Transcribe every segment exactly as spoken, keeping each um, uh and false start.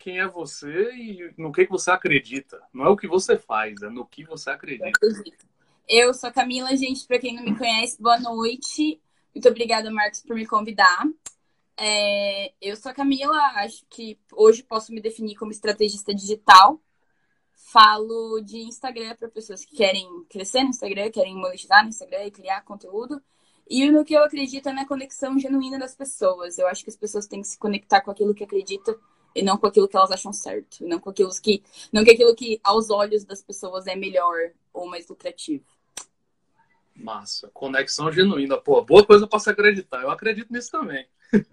quem é você e no que, que você acredita. Não é o que você faz, é no que você acredita. Eu sou a Camila, gente, para quem não me conhece, boa noite. Muito obrigada, Marcos, por me convidar. É, eu sou a Camila, acho que hoje posso me definir como estrategista digital. Falo de Instagram para pessoas que querem crescer no Instagram, querem monetizar no Instagram e criar conteúdo. E no que eu acredito é na conexão genuína das pessoas. Eu acho que as pessoas têm que se conectar com aquilo que acreditam e não com aquilo que elas acham certo. E não com aquilo que, não com aquilo que aos olhos das pessoas é melhor ou mais lucrativo. Massa. Conexão genuína. Pô, boa coisa para se acreditar. Eu acredito nisso também.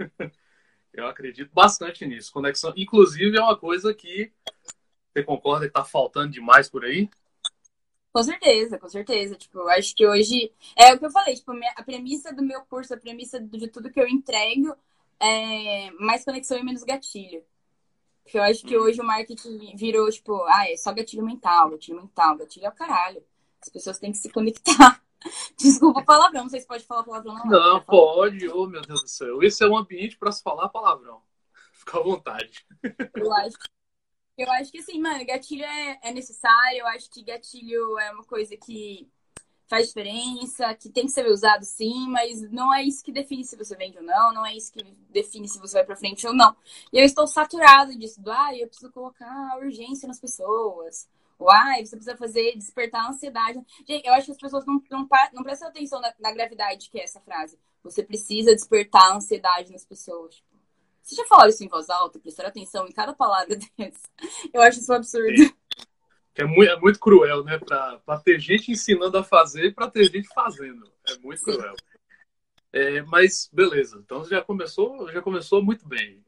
Eu acredito bastante nisso. Conexão, inclusive, é uma coisa que você concorda que tá faltando demais por aí? Com certeza, com certeza. Tipo, eu acho que hoje é o que eu falei, tipo, a premissa do meu curso, a premissa de tudo que eu entrego é mais conexão e menos gatilho. Porque eu acho que hoje o marketing virou, tipo, ah, é só gatilho mental, gatilho mental, gatilho é o caralho. As pessoas têm que se conectar. Desculpa o palavrão, não sei se pode falar palavrão não. Não, pode. Oh, meu Deus do céu. Esse é um ambiente para se falar palavrão. Fica à vontade. Eu acho, eu acho que assim, mano, gatilho é, é necessário, eu acho que gatilho é uma coisa que faz diferença, que tem que ser usado sim, mas não é isso que define se você vende ou não, não é isso que define se você vai pra frente ou não. E eu estou saturado disso, do, ah, eu preciso colocar urgência nas pessoas, ou, ah, você precisa fazer, despertar a ansiedade. Gente, eu acho que as pessoas não, não, não prestam atenção na, na gravidade que é essa frase. Você precisa despertar a ansiedade nas pessoas. Você já falou isso em voz alta, prestar atenção em cada palavra dessa? Eu acho isso um absurdo. Sim. Que é muito, é muito cruel, né? Pra, pra ter gente ensinando a fazer e pra ter gente fazendo. É muito Sim. cruel. É, mas, beleza. Então já começou, já começou muito bem.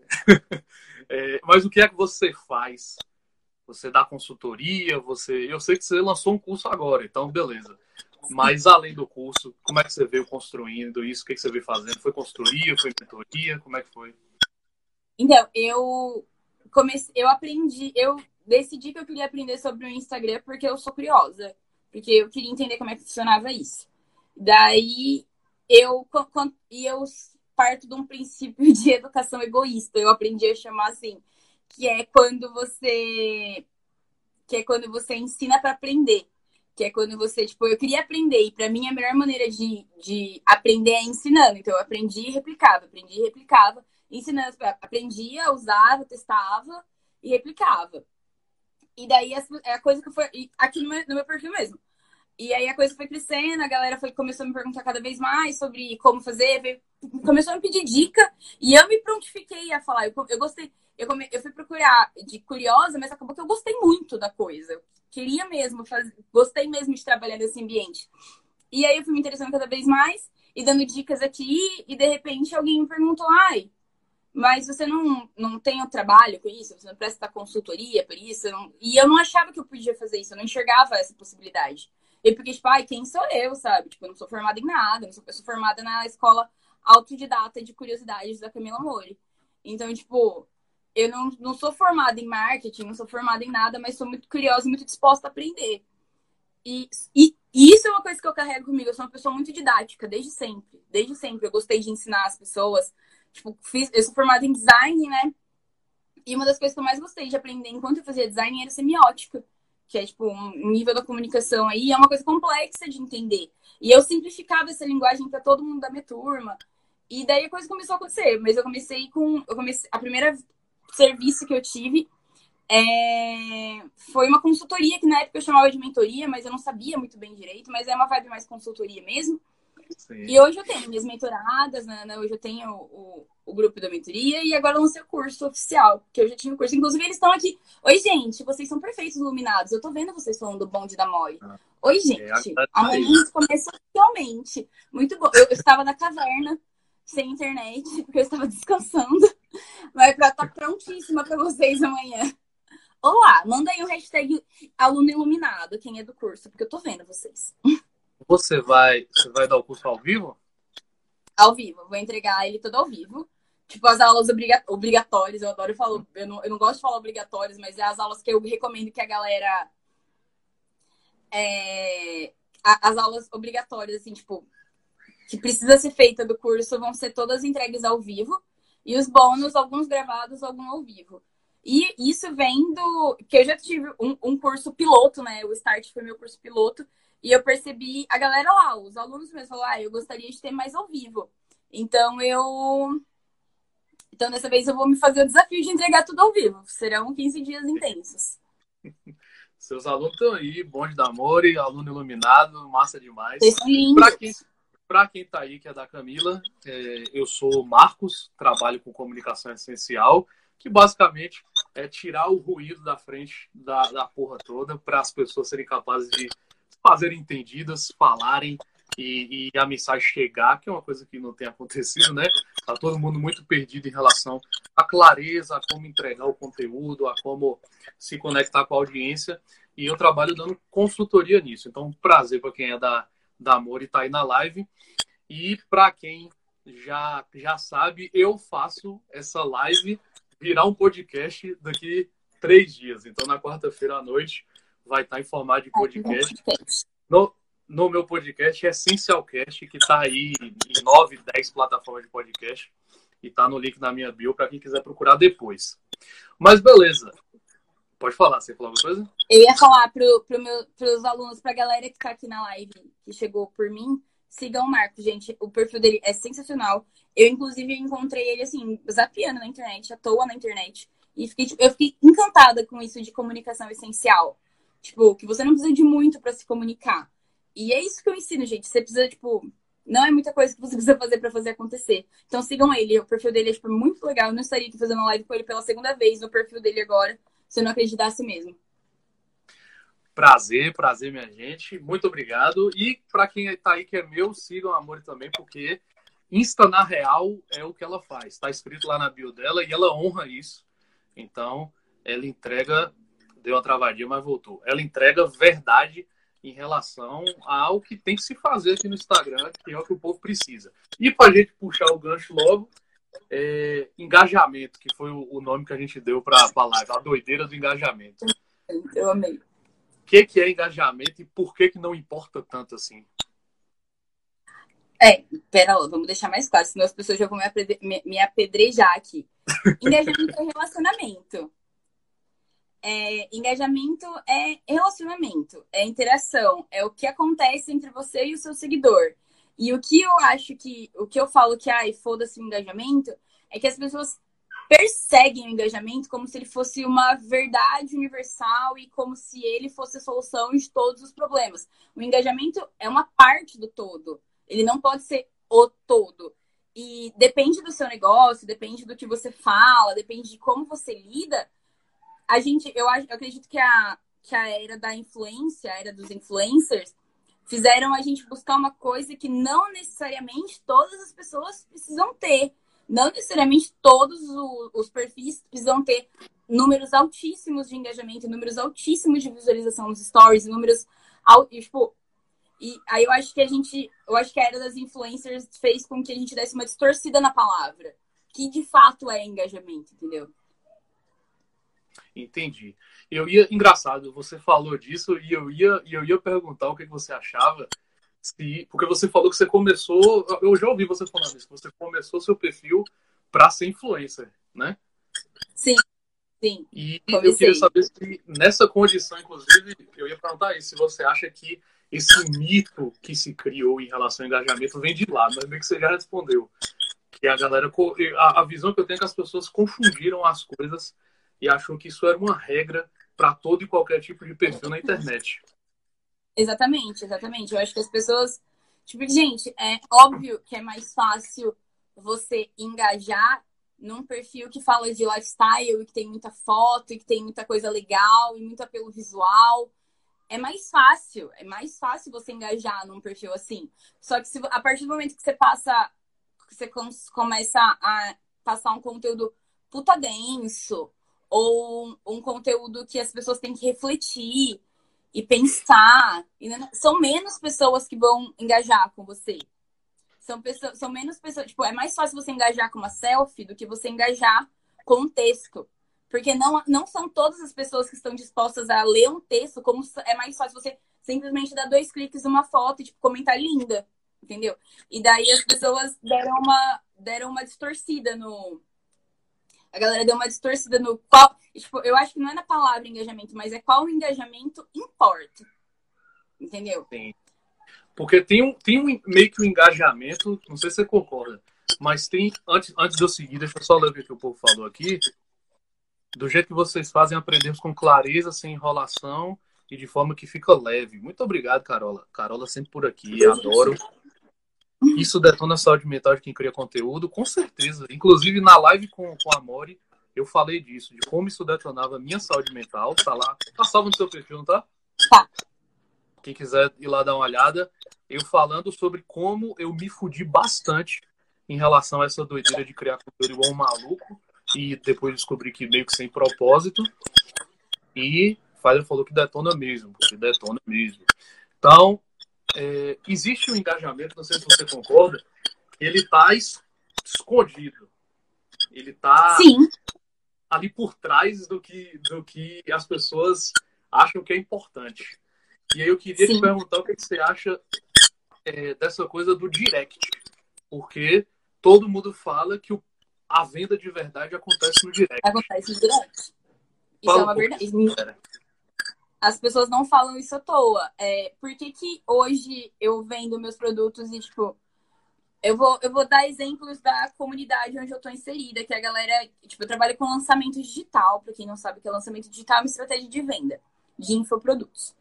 É, mas o que é que você faz? Você dá consultoria? Você, eu sei que você lançou um curso agora, então beleza. Mas além do curso, como é que você veio construindo isso? O que, é que você veio fazendo? Foi consultoria? Foi mentoria? Como é que foi? Então, eu comecei, eu aprendi, eu decidi que eu queria aprender sobre o Instagram porque eu sou curiosa, porque eu queria entender como é que funcionava isso. Daí eu e eu parto de um princípio de educação egoísta. Eu aprendi a chamar assim, que é quando você que é quando você ensina para aprender. Que é quando você, tipo, eu queria aprender, e pra mim a melhor maneira de, de aprender é ensinando. Então eu aprendi e replicava, aprendi e replicava, ensinando, aprendia, usava, testava e replicava. E daí é a coisa que foi, aqui no meu, no meu perfil mesmo. E aí a coisa foi crescendo, a galera foi, começou a me perguntar cada vez mais sobre como fazer, veio, começou a me pedir dica, e eu me prontifiquei a falar. Eu, eu gostei, eu, come, eu fui procurar de curiosa, mas acabou que eu gostei muito da coisa. Eu queria mesmo, fazer, gostei mesmo de trabalhar nesse ambiente. E aí eu fui me interessando cada vez mais, e dando dicas aqui, e de repente alguém me perguntou, ai, mas você não, não tem o trabalho com isso? Você não presta consultoria por isso? Não... E eu não achava que eu podia fazer isso, eu não enxergava essa possibilidade. E porque, tipo, ai, quem sou eu, sabe? Tipo, eu não sou formada em nada, eu sou, eu sou formada na escola autodidata de curiosidades da Camila Mori. Então, tipo, eu não, não sou formada em marketing, não sou formada em nada, mas sou muito curiosa e muito disposta a aprender. E, e, e isso é uma coisa que eu carrego comigo. Eu sou uma pessoa muito didática, desde sempre. Desde sempre. Eu gostei de ensinar as pessoas. Tipo, fiz, eu sou formada em design, né? E uma das coisas que eu mais gostei de aprender enquanto eu fazia design era semiótica. Que é, tipo, um nível da comunicação aí, é uma coisa complexa de entender. E eu simplificava essa linguagem para todo mundo da minha turma. E daí a coisa começou a acontecer. Mas eu comecei com... Eu comecei, a primeira serviço que eu tive é, foi uma consultoria, que na época eu chamava de mentoria, mas eu não sabia muito bem direito. Mas é uma vibe mais consultoria mesmo. Sim. E hoje eu tenho minhas mentoradas, né? Hoje eu tenho o, o grupo da mentoria e agora eu lancei o curso oficial, que eu já tinha o curso. Inclusive, eles estão aqui. Oi, gente, vocês são perfeitos, iluminados. Eu tô vendo vocês falando do bonde da Mori. Ah, Oi, gente. É, amanhã a gente começa oficialmente. Muito bom. Eu, eu estava na caverna, sem internet, porque eu estava descansando. Mas pra estar tá prontíssima para vocês amanhã. Olá, manda aí o hashtag aluno iluminado, quem é do curso, porque eu tô vendo vocês. Você vai, você vai dar o curso ao vivo? Ao vivo, vou entregar ele todo ao vivo. Tipo, as aulas obriga- obrigatórias, eu adoro falar, eu não, eu não gosto de falar obrigatórias, mas é as aulas que eu recomendo que a galera... É, as aulas obrigatórias, assim, tipo, que precisa ser feita do curso, vão ser todas entregues ao vivo. E os bônus, alguns gravados, alguns ao vivo. E isso vem do... que eu já tive um, um curso piloto, né? O Start foi meu curso piloto. E eu percebi a galera lá, os alunos mesmo, falaram, ah, eu gostaria de ter mais ao vivo. Então, eu... Então, dessa vez, eu vou me fazer o desafio de entregar tudo ao vivo. Serão quinze dias intensos. Seus alunos estão aí, bonde da Amore, aluno iluminado, massa demais. Vocês são Para quem lindos. Para quem está aí, que é da Camila, é, eu sou o Marcos, trabalho com comunicação essencial, que basicamente é tirar o ruído da frente da, da porra toda para as pessoas serem capazes de fazerem entendidas, falarem e, e a mensagem chegar, que é uma coisa que não tem acontecido, né? Tá todo mundo muito perdido em relação à clareza, a como entregar o conteúdo, a como se conectar com a audiência. E eu trabalho dando consultoria nisso. Então, um prazer para quem é da da Amor e tá aí na live. E para quem já, já sabe, eu faço essa live virar um podcast daqui três dias. Então, na quarta-feira à noite, vai estar em formato de podcast. No, no meu podcast, Essencialcast, que tá aí em nove, dez plataformas de podcast. E tá no link na minha bio para quem quiser procurar depois. Mas beleza. Pode falar, você falou alguma coisa? Eu ia falar pro, pro meu, pros alunos, pra galera que tá aqui na live, que chegou por mim, sigam o Marcos, gente. O perfil dele é sensacional. Eu, inclusive, encontrei ele, assim, zapeando na internet, à toa na internet. E fiquei, tipo, eu fiquei encantada com isso de comunicação essencial. Tipo, que você não precisa de muito pra se comunicar. E é isso que eu ensino, gente. Você precisa, tipo... Não é muita coisa que você precisa fazer pra fazer acontecer. Então sigam ele. O perfil dele é, tipo, muito legal. Eu não estaria aqui fazendo uma live com ele pela segunda vez no perfil dele agora, se eu não acreditasse mesmo. Prazer, prazer, minha gente. Muito obrigado. E para quem está aí que é meu, sigam a Amore também, porque Insta na real é o que ela faz. Está escrito lá na bio dela e ela honra isso. Então, ela entrega... Deu uma travadinha, mas voltou. Ela entrega verdade em relação ao que tem que se fazer aqui no Instagram, que é o que o povo precisa. E para a gente puxar o gancho logo, é, engajamento, que foi o nome que a gente deu para a live, a doideira do engajamento. Eu amei. O que, que é engajamento e por que, que não importa tanto assim? É, pera lá, vamos deixar mais claro, senão as pessoas já vão me, apedre me, me apedrejar aqui. Engajamento é relacionamento. É, engajamento é relacionamento, é interação, é o que acontece entre você e o seu seguidor. E o que eu acho que, o que eu falo que, ai, foda-se o engajamento, é que as pessoas perseguem o engajamento como se ele fosse uma verdade universal e como se ele fosse a solução de todos os problemas. O engajamento é uma parte do todo. Ele não pode ser o todo. E depende do seu negócio, depende do que você fala, depende de como você lida. A gente, eu, acho, eu acredito que a, que a era da influência, a era dos influencers, fizeram a gente buscar uma coisa que não necessariamente todas as pessoas precisam ter. Não necessariamente todos os, os perfis precisam ter números altíssimos de engajamento, números altíssimos de visualização nos stories, números... Tipo, e aí eu acho que a gente... Eu acho que a era das influencers fez com que a gente desse uma distorcida na palavra. Que de fato é engajamento, entendeu? Entendi. Eu ia... Engraçado, você falou disso e eu ia, e eu ia perguntar o que você achava. Se, porque você falou que você começou... Eu já ouvi você falando isso. Você começou seu perfil para ser influencer, né? Sim, sim. E Comecei. Eu queria saber se nessa condição, inclusive, eu ia perguntar isso. Se você acha que esse mito que se criou em relação ao engajamento vem de lá, mas meio que você já respondeu. Que a galera... A, a visão que eu tenho é que as pessoas confundiram as coisas e achou que isso era uma regra para todo e qualquer tipo de perfil na internet. Exatamente, exatamente. Eu acho que as pessoas... Tipo, gente, é óbvio que é mais fácil você engajar num perfil que fala de lifestyle e que tem muita foto e que tem muita coisa legal e muito apelo visual. É mais fácil, é mais fácil você engajar num perfil assim. Só que se, a partir do momento que você passa, que você começa a passar um conteúdo puta denso, ou um, um conteúdo que as pessoas têm que refletir e pensar, e não, são menos pessoas que vão engajar com você. São, pessoas, são menos pessoas... Tipo, é mais fácil você engajar com uma selfie do que você engajar com um texto. Porque não, não são todas as pessoas que estão dispostas a ler um texto, como é mais fácil você simplesmente dar dois cliques numa foto e, tipo, comentar linda, entendeu? E daí as pessoas deram uma, deram uma distorcida no... A galera deu uma distorcida no qual... tipo, eu acho que não é na palavra engajamento, mas é qual o engajamento importa. Entendeu? Sim. Porque tem um, tem um meio que um engajamento, não sei se você concorda, mas tem, antes, antes de eu seguir, deixa eu só ler o que o povo falou aqui. Do jeito que vocês fazem, aprendemos com clareza, sem enrolação e de forma que fica leve. Muito obrigado, Carola. Carola sempre por aqui, adoro. Isso detona a saúde mental de quem cria conteúdo, com certeza. Inclusive, na live com, com a Mori, eu falei disso, de como isso detonava a minha saúde mental. Tá lá, tá salvo no seu perfil, não tá? Tá. Quem quiser ir lá dar uma olhada, eu falando sobre como eu me fudi bastante em relação a essa doideira de criar conteúdo igual um maluco e depois descobri que meio que sem propósito. E Fábio falou que detona mesmo, que detona mesmo. Então, é, existe um engajamento, não sei se você concorda, ele tá escondido. Ele tá Sim. ali por trás do que, do que as pessoas acham que é importante. E aí eu queria Sim. te perguntar o que você acha é, dessa coisa do direct. Porque todo mundo fala que o, a venda de verdade acontece no direct. Acontece no direct. Isso Fala é uma um pouco verdade. disso, As pessoas não falam isso à toa. É, por que que hoje eu vendo meus produtos e, tipo, eu vou, eu vou dar exemplos da comunidade onde eu tô inserida, que a galera, tipo, eu trabalho com lançamento digital, pra quem não sabe o que é lançamento digital, é uma estratégia de venda de infoprodutos.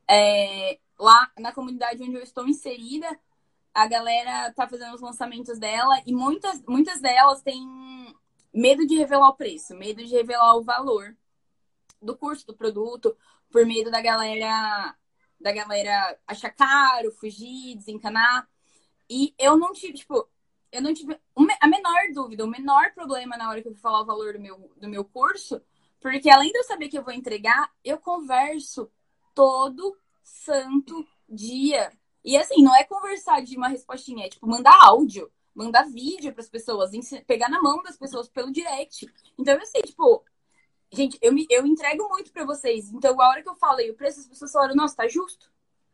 É, lá na comunidade onde eu estou inserida, a galera tá fazendo os lançamentos dela e muitas, muitas delas têm medo de revelar o preço, medo de revelar o valor do curso, do produto, por medo da galera da galera achar caro, fugir, desencanar. E eu não tive, tipo, eu não tive a menor dúvida, o menor problema na hora que eu fui falar o valor do meu, do meu curso, porque além de eu saber que eu vou entregar, eu converso todo santo dia. E assim, não é conversar de uma respostinha, é tipo mandar áudio, mandar vídeo para as pessoas, pegar na mão das pessoas pelo direct. Então eu sei, tipo, gente, eu, me, eu entrego muito pra vocês. Então, a hora que eu falei o preço, as pessoas falaram, nossa, tá justo.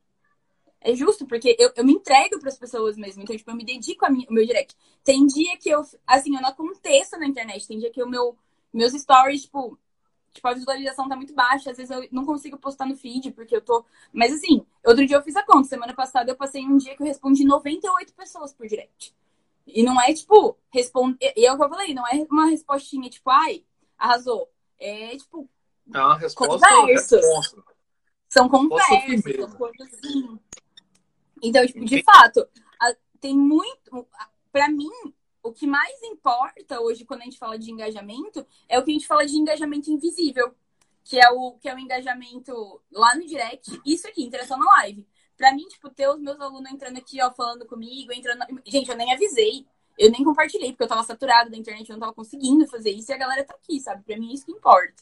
É justo, porque eu, eu me entrego pras pessoas mesmo. Então, tipo, eu me dedico ao meu direct. Tem dia que eu, assim, eu não aconteço na internet. Tem dia que o meu, meus stories, tipo, tipo, a visualização tá muito baixa. Às vezes eu não consigo postar no feed, porque eu tô... Mas, assim, outro dia eu fiz a conta. Semana passada eu passei um dia que eu respondi noventa e oito pessoas por direct. E não é, tipo, responde... E é o que eu falei, não é uma respostinha, tipo, ai, arrasou. É, tipo, é uma resposta, conversas. resposta. São Resposta conversas, primeiro. são coisas assim. Então, tipo, de fato, tem muito... Pra mim, o que mais importa hoje, quando a gente fala de engajamento, é o que a gente fala de engajamento invisível. Que é o, que é o engajamento lá no direct. Isso aqui, interação na live. Pra mim, tipo, ter os meus alunos entrando aqui, ó, falando comigo, entrando... Gente, eu nem avisei. Eu nem compartilhei, porque eu tava saturada da internet, eu não tava conseguindo fazer isso, e a galera tá aqui, sabe? Pra mim, é isso que importa.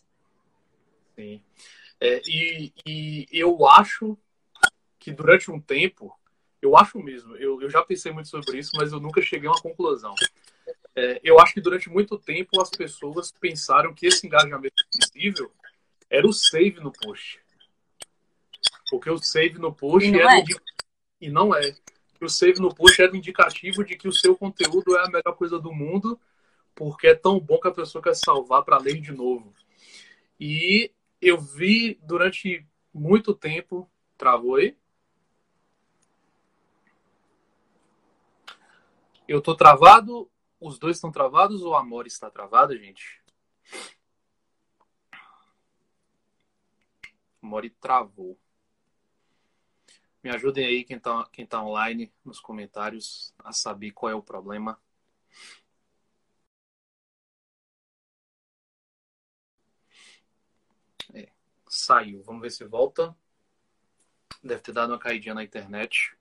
Sim. É, e, e eu acho que durante um tempo, eu acho mesmo, eu, eu já pensei muito sobre isso, mas eu nunca cheguei a uma conclusão. É, eu acho que durante muito tempo as pessoas pensaram que esse engajamento visível era o save no post. Porque o save no post E não era é. indi... e não é. O save no post era um indicativo de que o seu conteúdo é a melhor coisa do mundo, porque é tão bom que a pessoa quer salvar para ler de novo. E eu vi durante muito tempo... Travou aí? Eu tô travado? Os dois estão travados ou a Amora está travada, gente? A Amora travou. Me ajudem aí, quem tá, quem tá online, nos comentários, a saber qual é o problema. É, saiu. Vamos ver se volta. Deve ter dado uma caidinha na internet.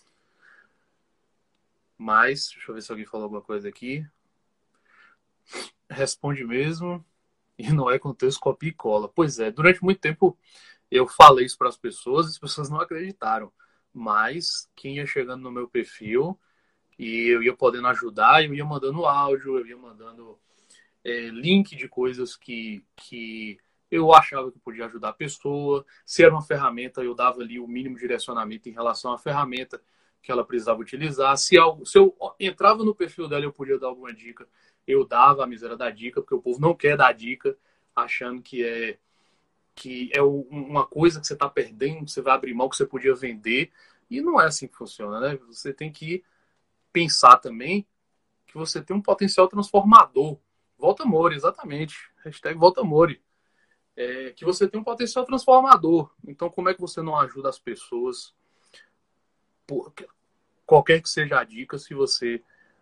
Mas, deixa eu ver se alguém falou alguma coisa aqui. Responde mesmo. E não é contexto copia e cola. Pois é, durante muito tempo eu falei isso para as pessoas e as pessoas não acreditaram. Mas quem ia chegando no meu perfil e eu ia podendo ajudar, eu ia mandando áudio, eu ia mandando é, link de coisas que, que eu achava que podia ajudar a pessoa. Se era uma ferramenta, eu dava ali o mínimo direcionamento em relação à ferramenta que ela precisava utilizar. Se, algo, se eu entrava no perfil dela e eu podia dar alguma dica, eu dava a miséria da dica, porque o povo não quer dar dica. achando que é, que é uma coisa que você está perdendo, que você vai abrir mão, que você podia vender. E não é assim que funciona, né? Você tem que pensar também que você tem um potencial transformador. Volta Mori, exatamente. Hashtag Volta Mori. É, que você tem um potencial transformador. Então, como é que você não ajuda as pessoas? Por, qualquer que seja a dica, se você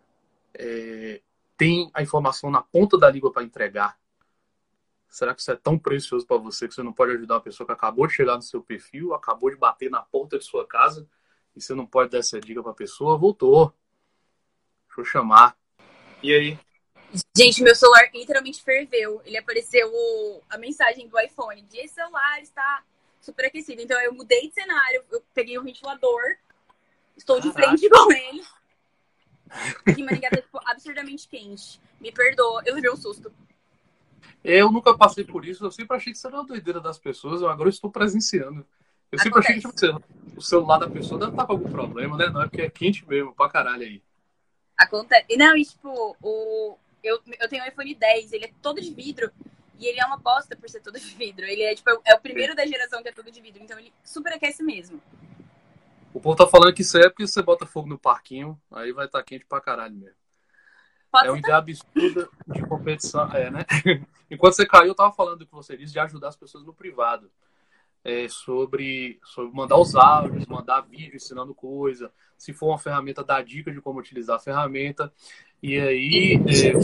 é, tem a informação na ponta da língua para entregar, será que isso é tão precioso para você que você não pode ajudar uma pessoa que acabou de chegar no seu perfil, acabou de bater na porta de sua casa, e você não pode dar essa dica para a pessoa? Voltou. Deixa eu chamar. E aí? Gente, meu celular literalmente ferveu. Ele apareceu o, a mensagem do iPhone de esse celular está superaquecido. Então eu mudei de cenário, eu peguei um ventilador, estou de Caraca. frente com ele. Aqui em Maringá tá tipo, absurdamente quente. Me perdoa, eu levei um susto. Eu nunca passei por isso, eu sempre achei que isso era uma doideira das pessoas, agora eu estou presenciando. Eu sempre Acontece. achei que tipo, o celular da pessoa deve estar com algum problema, né? Não é porque é quente mesmo, pra caralho aí. Acontece. Não, e tipo, o... eu, eu tenho um iPhone dez, ele é todo de vidro e ele é uma bosta por ser todo de vidro. Ele é tipo, é o primeiro da geração que é todo de vidro, então ele superaquece mesmo. O povo tá falando que isso é porque você bota fogo no parquinho, aí vai estar quente pra caralho mesmo. Pode É uma ser ideia absurda de competição, é, né? Enquanto você caiu, eu tava falando do que você disse de ajudar as pessoas no privado. É, sobre, sobre mandar os áudios, mandar vídeo ensinando coisa, se for uma ferramenta, dar dica de como utilizar a ferramenta. E aí,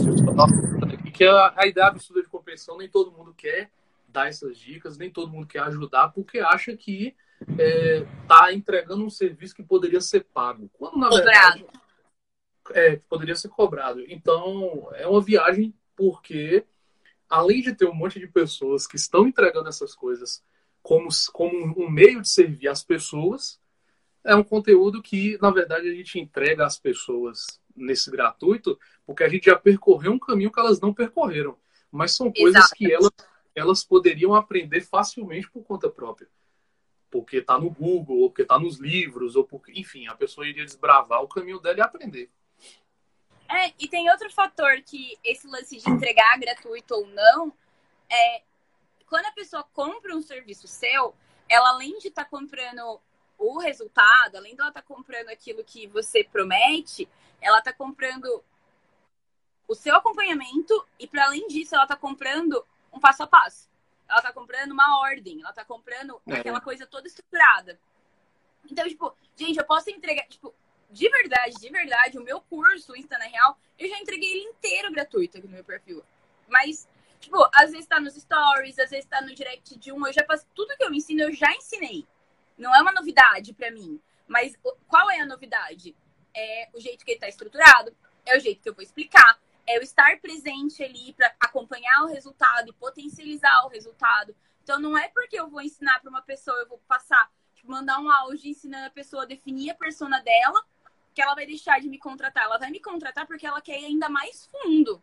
é, que a, a ideia absurda de competição, nem todo mundo quer dar essas dicas, nem todo mundo quer ajudar, porque acha que é, tá entregando um serviço que poderia ser pago. Quando, na verdade, é, poderia ser cobrado. Então, é uma viagem porque, além de ter um monte de pessoas que estão entregando essas coisas como, como um meio de servir as pessoas, é um conteúdo que, na verdade, a gente entrega às pessoas nesse gratuito, porque a gente já percorreu um caminho que elas não percorreram. Mas são coisas Exato. que elas, elas poderiam aprender facilmente por conta própria. Porque está no Google, ou porque está nos livros, ou porque, enfim, a pessoa iria desbravar o caminho dela e aprender. É, e tem outro fator que esse lance de entregar gratuito ou não, é quando a pessoa compra um serviço seu, ela além de estar tá comprando o resultado, além de ela estar tá comprando aquilo que você promete, ela está comprando o seu acompanhamento e, para além disso, ela está comprando um passo a passo. Ela está comprando uma ordem, ela está comprando é. aquela coisa toda estruturada. Então, tipo, gente, eu posso entregar, tipo, de verdade, de verdade, o meu curso Insta na Real, eu já entreguei ele inteiro gratuito aqui no meu perfil. Mas, tipo, às vezes tá nos stories, às vezes tá no direct de um, eu já passo tudo que eu ensino, eu já ensinei. Não é uma novidade pra mim. Mas qual é a novidade? É o jeito que ele tá estruturado, é o jeito que eu vou explicar, é eu estar presente ali pra acompanhar o resultado e potencializar o resultado. Então, não é porque eu vou ensinar pra uma pessoa, eu vou passar, tipo, mandar um áudio ensinando a pessoa a definir a persona dela, que ela vai deixar de me contratar. Ela vai me contratar porque ela quer ir ainda mais fundo.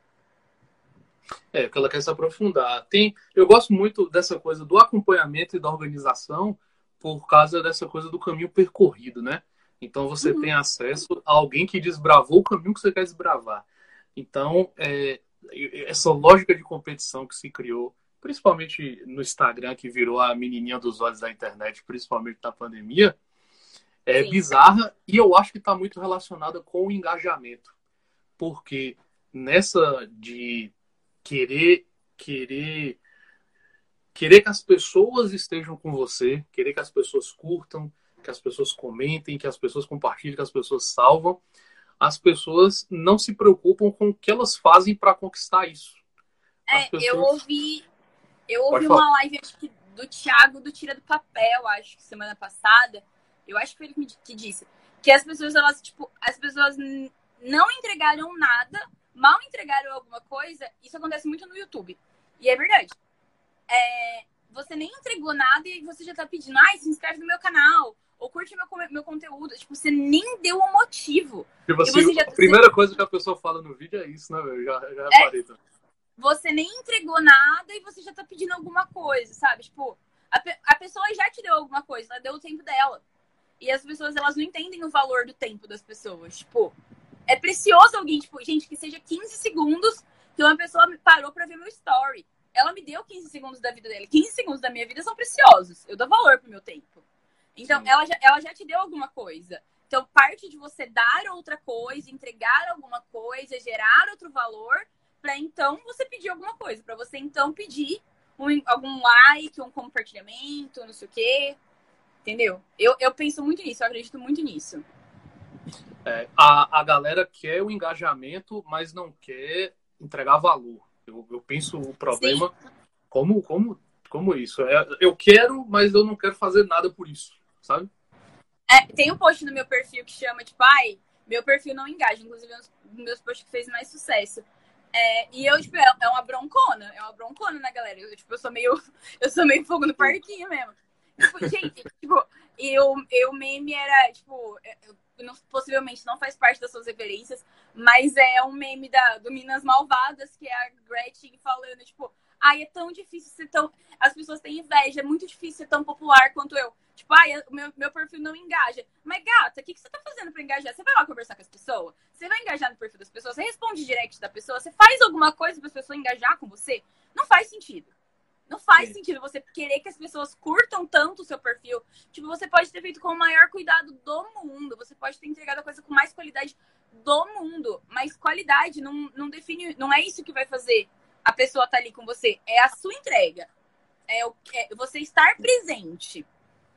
É, porque ela quer se aprofundar. Tem, eu gosto muito dessa coisa do acompanhamento e da organização por causa dessa coisa do caminho percorrido, né? Então você uhum. tem acesso a alguém que desbravou o caminho que você quer desbravar. Então, é, essa lógica de competição que se criou, principalmente no Instagram, que virou a menininha dos olhos da internet, principalmente na pandemia, é Sim. bizarra e eu acho que está muito relacionada com o engajamento. Porque nessa de querer, querer, querer que as pessoas estejam com você, querer que as pessoas curtam, que as pessoas comentem, que as pessoas compartilhem, que as pessoas salvam, as pessoas não se preocupam com o que elas fazem para conquistar isso. É, pessoas... eu ouvi, eu ouvi uma live acho que do Thiago do Tira do Papel, acho que semana passada. Eu acho que foi ele que disse que as pessoas, elas, tipo, as pessoas não entregaram nada, mal entregaram alguma coisa. Isso acontece muito no YouTube. E é verdade. É, você nem entregou nada e você já tá pedindo, ai, se inscreve no meu canal, ou curte meu, meu conteúdo. Tipo, você nem deu um motivo. Tipo assim, e você já, a primeira você... coisa que a pessoa fala no vídeo é isso, né, velho? Já, já reparei é, também. Você nem entregou nada e você já tá pedindo alguma coisa, sabe? Tipo, a, a pessoa já te deu alguma coisa, ela deu o tempo dela. E as pessoas, elas não entendem o valor do tempo das pessoas. Tipo, é precioso alguém, tipo, gente, que seja quinze segundos que uma pessoa parou pra ver meu story. ela me deu quinze segundos da vida dela. quinze segundos da minha vida são preciosos. Eu dou valor pro meu tempo. Então, ela já, ela já te deu alguma coisa. Então, parte de você dar outra coisa, entregar alguma coisa, gerar outro valor, para então você pedir alguma coisa. Para você então pedir um, algum like, um compartilhamento, não sei o quê. Entendeu? Eu, eu penso muito nisso, eu acredito muito nisso. É, a, a galera quer o engajamento, mas não quer entregar valor. Eu, eu penso o problema como, como, como isso. É, eu quero, mas eu não quero fazer nada por isso, sabe? É, tem um post no meu perfil que chama, tipo, ai, meu perfil não engaja. Inclusive, é um dos meus posts que fez mais sucesso. É, e eu, tipo, é uma broncona. É uma broncona na galera. Eu, tipo, eu sou meio, eu sou meio fogo no parquinho mesmo. Tipo, gente, tipo, eu, eu meme era, tipo, eu, não, possivelmente não faz parte das suas referências, mas é um meme da, do Minas Malvadas, que é a Gretchen falando, tipo, ai, é tão difícil ser tão... As pessoas têm inveja, é muito difícil ser tão popular quanto eu. Tipo, ai, o meu, meu perfil não engaja. Mas, gata, o que, que você tá fazendo pra engajar? Você vai lá conversar com as pessoas? Você vai engajar no perfil das pessoas? Você responde direct da pessoa? Você faz alguma coisa para as pessoas engajar com você? Não faz sentido. Não faz Sim. sentido você querer que as pessoas curtam tanto o seu perfil. Tipo, você pode ter feito com o maior cuidado do mundo. Você pode ter entregado a coisa com mais qualidade do mundo. Mas qualidade não, não define... Não é isso que vai fazer a pessoa estar tá ali com você. É a sua entrega. É, o, é você estar presente.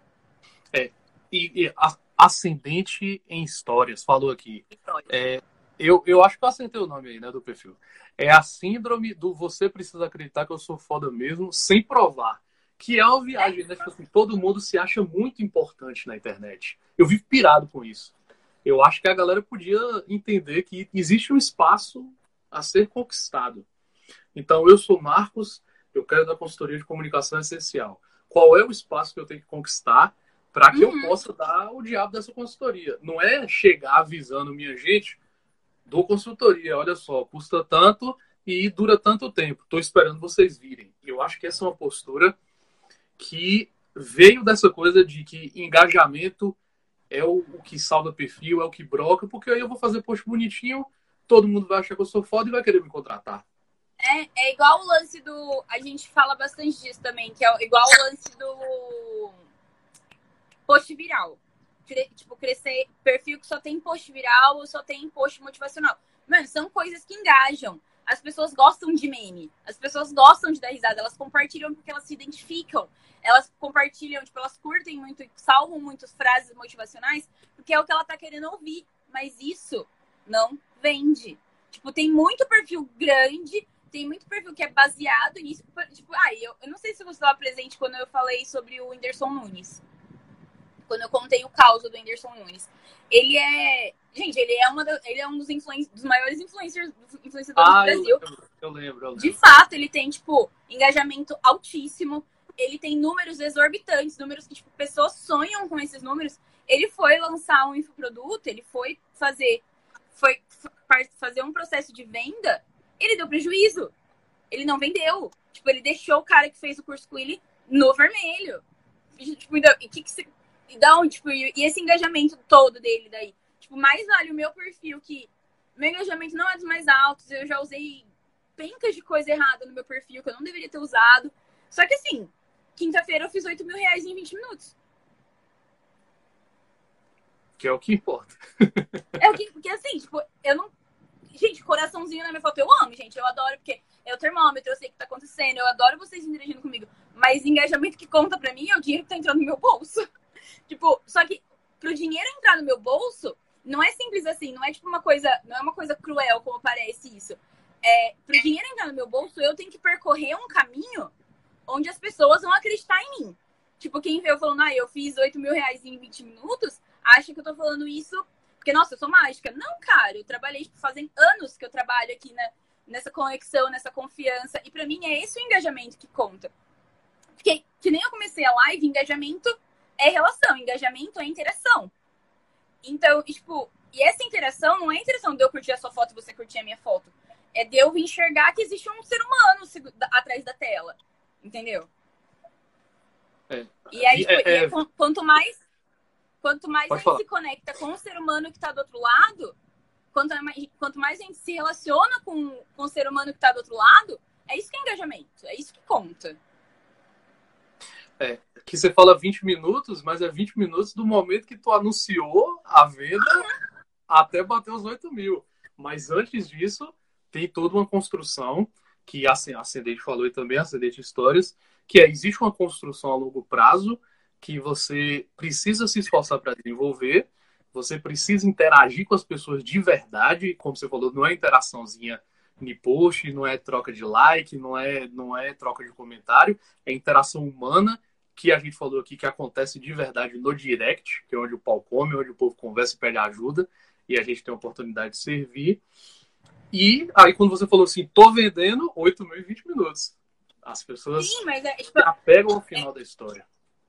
É, e, e ascendente em histórias, falou aqui. É, eu, eu acho que eu assentei o nome aí, né, do perfil. É a síndrome do você precisa acreditar que eu sou foda mesmo, sem provar. Que é uma viagem, né? Tipo assim, todo mundo se acha muito importante na internet. Eu vivo pirado com isso. Eu acho que a galera podia entender que existe um espaço a ser conquistado. Então, eu sou Marcos, eu quero dar consultoria de comunicação essencial. Qual é o espaço que eu tenho que conquistar para que uhum. eu possa dar o diabo dessa consultoria? Não é chegar avisando minha gente, dou consultoria, olha só, custa tanto e dura tanto tempo. Estou esperando vocês virem. Eu acho que essa é uma postura que veio dessa coisa de que engajamento é o, o que salva perfil, é o que broca, porque aí eu vou fazer post bonitinho, todo mundo vai achar que eu sou foda e vai querer me contratar. É, é igual o lance do... A gente fala bastante disso também, que é igual o lance do post viral. Tipo, crescer perfil que só tem post viral ou só tem post motivacional. Mano, são coisas que engajam. As pessoas gostam de meme. As pessoas gostam de dar risada. Elas compartilham porque elas se identificam. Elas compartilham, tipo, elas curtem muito e salvam muitas frases motivacionais porque é o que ela tá querendo ouvir. Mas isso não vende. Tipo, tem muito perfil grande, tem muito perfil que é baseado nisso. Tipo, ah, eu, eu não sei se você estava presente quando eu falei sobre o Whindersson Nunes. Quando eu contei o caos do Whindersson Nunes. Ele é... Gente, ele é, uma da, ele é um dos, influen, dos maiores influencers, influenciadores ah, do Brasil. Eu lembro, eu lembro, eu lembro. De fato, ele tem, tipo, engajamento altíssimo. Ele tem números exorbitantes, números que, tipo, pessoas sonham com esses números. Ele foi lançar um infoproduto, ele foi fazer, foi fazer um processo de venda, ele deu prejuízo. Ele não vendeu. Tipo, ele deixou o cara que fez o curso com ele no vermelho. Tipo, e que que se... E, da onde, tipo, e esse engajamento todo dele daí? Tipo, mais vale o meu perfil, que meu engajamento não é dos mais altos, eu já usei pencas de coisa errada no meu perfil, que eu não deveria ter usado. Só que assim, quinta-feira eu fiz oito mil reais em vinte minutos. Que é o que importa. É o que, porque assim, tipo, eu não... Gente, coraçãozinho na minha foto eu amo, gente, eu adoro, porque é o termômetro, eu sei o que tá acontecendo, eu adoro vocês interagindo comigo. Mas engajamento que conta pra mim é o dinheiro que tá entrando no meu bolso. Tipo, só que pro dinheiro entrar no meu bolso, não é simples assim, não é tipo uma coisa, não é uma coisa cruel como parece isso. É, pro dinheiro entrar no meu bolso, eu tenho que percorrer um caminho onde as pessoas vão acreditar em mim. Tipo, quem vê eu falando, ah, eu fiz oito mil reais em vinte minutos, acha que eu tô falando isso porque, nossa, eu sou mágica. Não, cara, eu trabalhei, tipo, fazem anos que eu trabalho aqui na, nessa conexão, nessa confiança. E pra mim é esse o engajamento que conta. Porque, que nem eu comecei a live, engajamento é relação, engajamento é interação. Então, e, tipo, e essa interação não é interação de eu curtir a sua foto e você curtir a minha foto. É de eu enxergar que existe um ser humano atrás da tela. Entendeu? É. E aí, tipo, é, é... E quanto mais, quanto mais a gente falar. se conecta com o ser humano que tá do outro lado, quanto mais, quanto mais a gente se relaciona com, com o ser humano que tá do outro lado, É isso que é engajamento, é isso que conta. É, que você fala vinte minutos, mas é vinte minutos do momento que tu anunciou a venda até bater os oito mil. Mas antes disso, tem toda uma construção que a Ascendente falou e também a Ascendente Histórias, que é, existe uma construção a longo prazo que você precisa se esforçar para desenvolver, você precisa interagir com as pessoas de verdade, como você falou, não é interaçãozinha em post, não é troca de like, não é, não é troca de comentário, é interação humana, que a gente falou aqui que acontece de verdade no direct, que é onde o pau come, onde o povo conversa e pede ajuda, e a gente tem a oportunidade de servir. E aí, quando você falou assim, tô vendendo oito mil e vinte minutos. As pessoas Sim, mas é, tipo, já pegam ao final é, da história.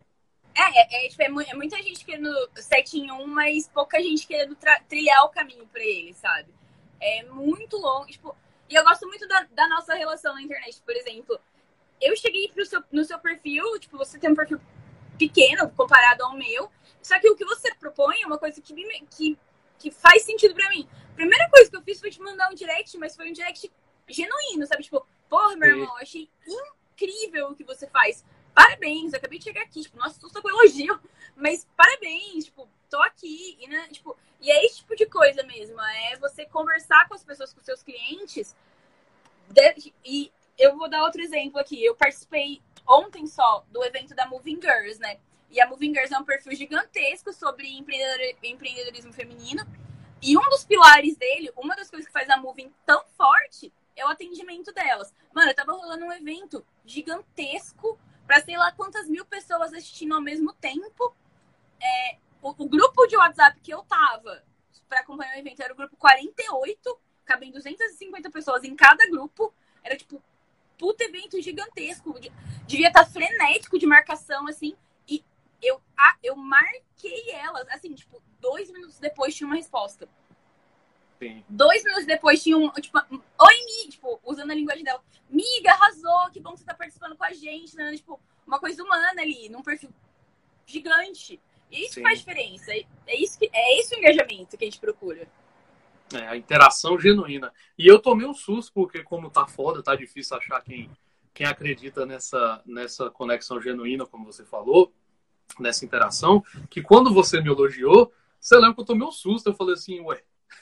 É, é, tipo, é, é muita gente querendo sete em um, mas pouca gente querendo trilhar o caminho pra ele, sabe? É muito longo. Tipo, e eu gosto muito da, da nossa relação na internet, por exemplo. Eu cheguei pro seu, no seu perfil, tipo, você tem um perfil pequeno comparado ao meu, só que o que você propõe é uma coisa que, me, que, que faz sentido pra mim. A primeira coisa que eu fiz foi te mandar um direct, mas foi um direct genuíno, sabe? Tipo, porra, meu irmão, eu achei incrível o que você faz. Parabéns, eu acabei de chegar aqui, tipo, nossa, tô só com elogio, mas parabéns, tipo, tô aqui, e, né, tipo, e é esse tipo de coisa mesmo, é você conversar com as pessoas, com os seus clientes, de, e eu vou dar outro exemplo aqui, eu participei ontem só do evento da Moving Girls, né, e a Moving Girls é um perfil gigantesco sobre empreendedor, empreendedorismo feminino, e um dos pilares dele, uma das coisas que faz a Moving tão forte, é o atendimento delas. Mano, eu tava rolando um evento gigantesco, para sei lá quantas mil pessoas assistindo ao mesmo tempo. É, o, o grupo de WhatsApp que eu tava para acompanhar o evento era o grupo quarenta e oito, cabem duzentas e cinquenta pessoas em cada grupo. Era tipo, puta evento gigantesco. Devia estar frenético de marcação, assim. E eu, ah, eu marquei elas, assim, tipo, dois minutos depois tinha uma resposta. Sim. Dois minutos depois tinha um, tipo, oi, Mi, tipo, usando a linguagem dela. Miga, arrasou, que bom que você tá participando com a gente, né? Tipo, uma coisa humana ali, num perfil gigante. E isso Sim. faz diferença. É isso, que, é esse o engajamento que a gente procura. É, a interação genuína. E eu tomei um susto, porque como tá foda, tá difícil achar quem, quem acredita nessa, nessa conexão genuína, como você falou, nessa interação, que quando você me elogiou, você lembra que eu tomei um susto, eu falei assim, ué,